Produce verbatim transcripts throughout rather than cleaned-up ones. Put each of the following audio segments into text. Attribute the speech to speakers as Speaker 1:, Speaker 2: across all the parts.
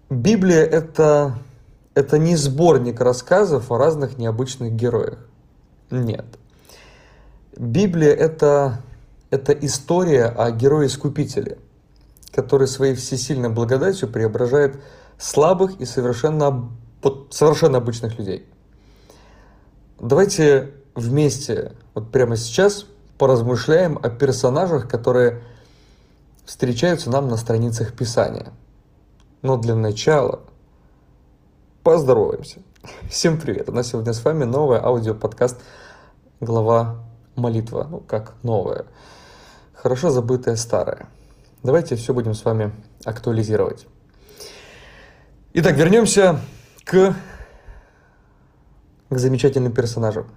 Speaker 1: Библия это, это не сборник рассказов о разных необычных героях. Нет. Библия это, это история о герое-искупителе, который своей всесильной благодатью преображает слабых и совершенно, вот, совершенно обычных людей. Давайте вместе, вот прямо сейчас, поразмышляем о персонажах, которые встречаются нам на страницах Писания. Но для начала поздороваемся. Всем привет! У нас сегодня с вами новый аудиоподкаст «Глава молитва». Ну, как новая. Хорошо забытая старая. Давайте все будем с вами актуализировать. Итак, вернемся к, к замечательным персонажам.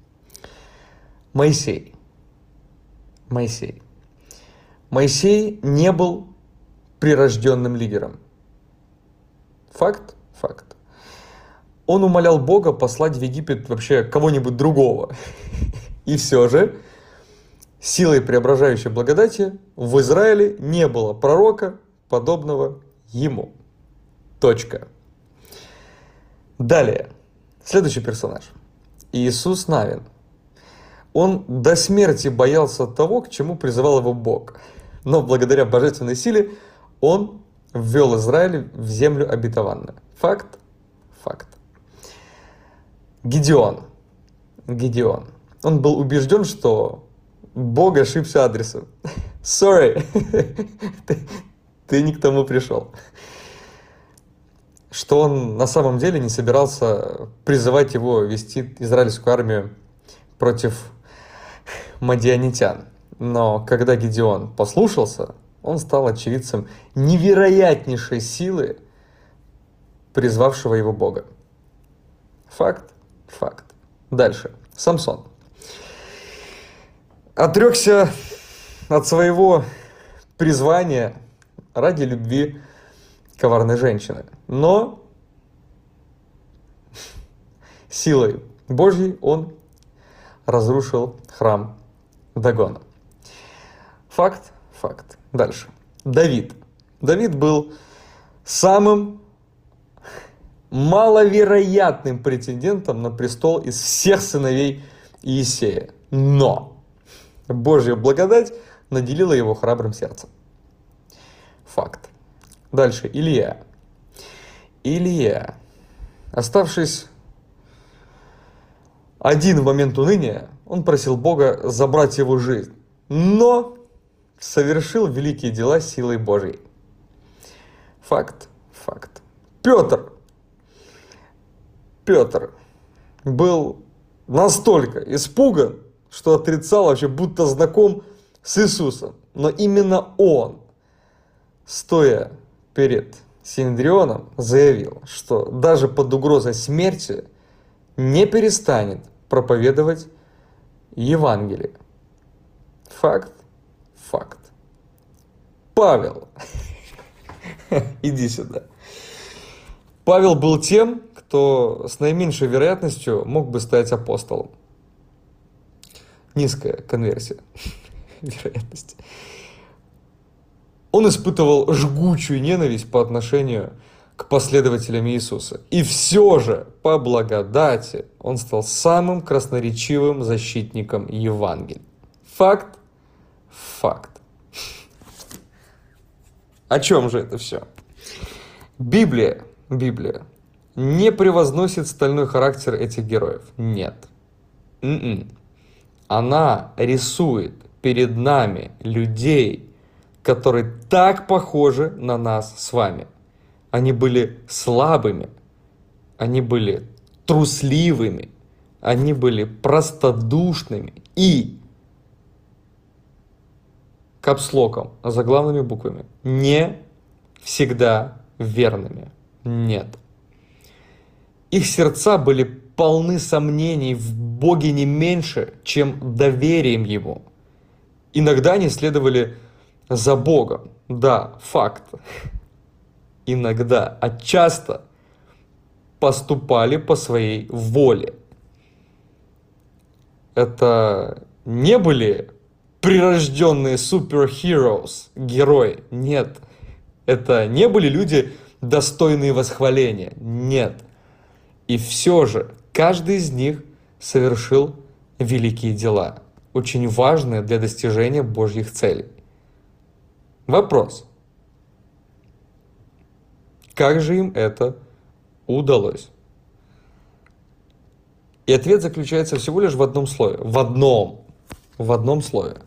Speaker 1: Моисей. Моисей. Моисей не был прирожденным лидером. Факт? Факт. Он умолял Бога послать в Египет вообще кого-нибудь другого. И все же, силой преображающей благодати в Израиле не было пророка, подобного ему. Точка. Далее. Следующий персонаж. Иисус Навин. Он до смерти боялся того, к чему призывал его Бог. Но благодаря божественной силе он ввел Израиль в землю обетованную. Факт? Факт. Гидеон. Гидеон. Он был убежден, что Бог ошибся адресом. Sorry. ты, ты не к тому пришел. Что он на самом деле не собирался призывать его вести израильскую армию против мадианитян. Но когда Гидеон послушался, он стал очевидцем невероятнейшей силы, призвавшего его Бога. Факт, факт. Дальше. Самсон. Отрекся от своего призвания ради любви коварной женщины. Но силой Божьей он разрушил храм Дагона. Факт, факт. Дальше. Давид. Давид был самым маловероятным претендентом на престол из всех сыновей Иисея. Но Божья благодать наделила его храбрым сердцем. Факт. Дальше. Илия. Илия. Оставшись один в момент уныния, он просил Бога забрать его жизнь, но совершил великие дела силой Божьей. Факт, факт. Петр. Петр был настолько испуган, что отрицал вообще, будто знаком с Иисусом. Но именно он, стоя перед Синедрионом, заявил, что даже под угрозой смерти не перестанет проповедовать Евангелие. Факт, факт. Павел. Иди сюда. Павел был тем, кто с наименьшей вероятностью мог бы стать апостолом. Низкая конверсия вероятности. Он испытывал жгучую ненависть по отношению к последователям Иисуса. И все же, по благодати, он стал самым красноречивым защитником Евангелия. Факт, факт. О чем же это все? Библия, Библия не превозносит стальной характер этих героев. Нет. Н-н. Она рисует перед нами людей, которые так похожи на нас с вами. Они были слабыми, они были трусливыми, они были простодушными и капслоком, заглавными буквами, не всегда верными. Нет. Их сердца были полны сомнений в Боге не меньше, чем доверием Ему. Иногда они следовали за Богом. Да, факт. Иногда, а часто поступали по своей воле. Это не были прирожденные суперхероes, герои. Нет. Это не были люди достойные восхваления. Нет. И все же каждый из них совершил великие дела, очень важные для достижения Божьих целей. Вопрос. Как же им это удалось? И ответ заключается всего лишь в одном слове. В одном. В одном слове.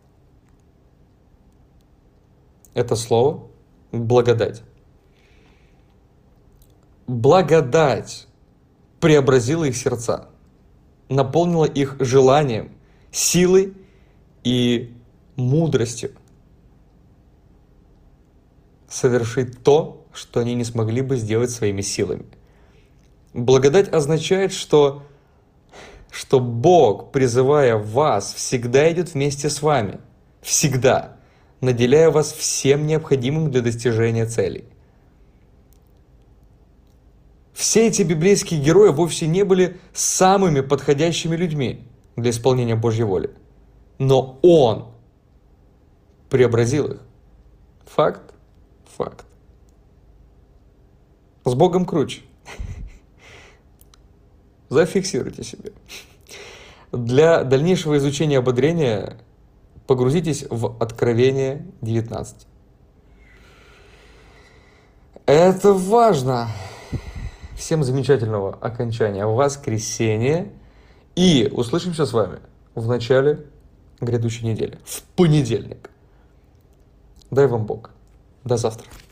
Speaker 1: Это слово – благодать. Благодать преобразила их сердца, наполнила их желанием, силой и мудростью совершить то, что они не смогли бы сделать своими силами. Благодать означает, что, что Бог, призывая вас, всегда идет вместе с вами. Всегда. Наделяя вас всем необходимым для достижения целей. Все эти библейские герои вовсе не были самыми подходящими людьми для исполнения Божьей воли. Но Он преобразил их. Факт? Факт. С Богом круче. Зафиксируйте себе. Для дальнейшего изучения ободрения погрузитесь в Откровение девятнадцать. Это важно. Всем замечательного окончания воскресенья. И услышимся с вами в начале грядущей недели. В понедельник. Дай вам Бог. До завтра.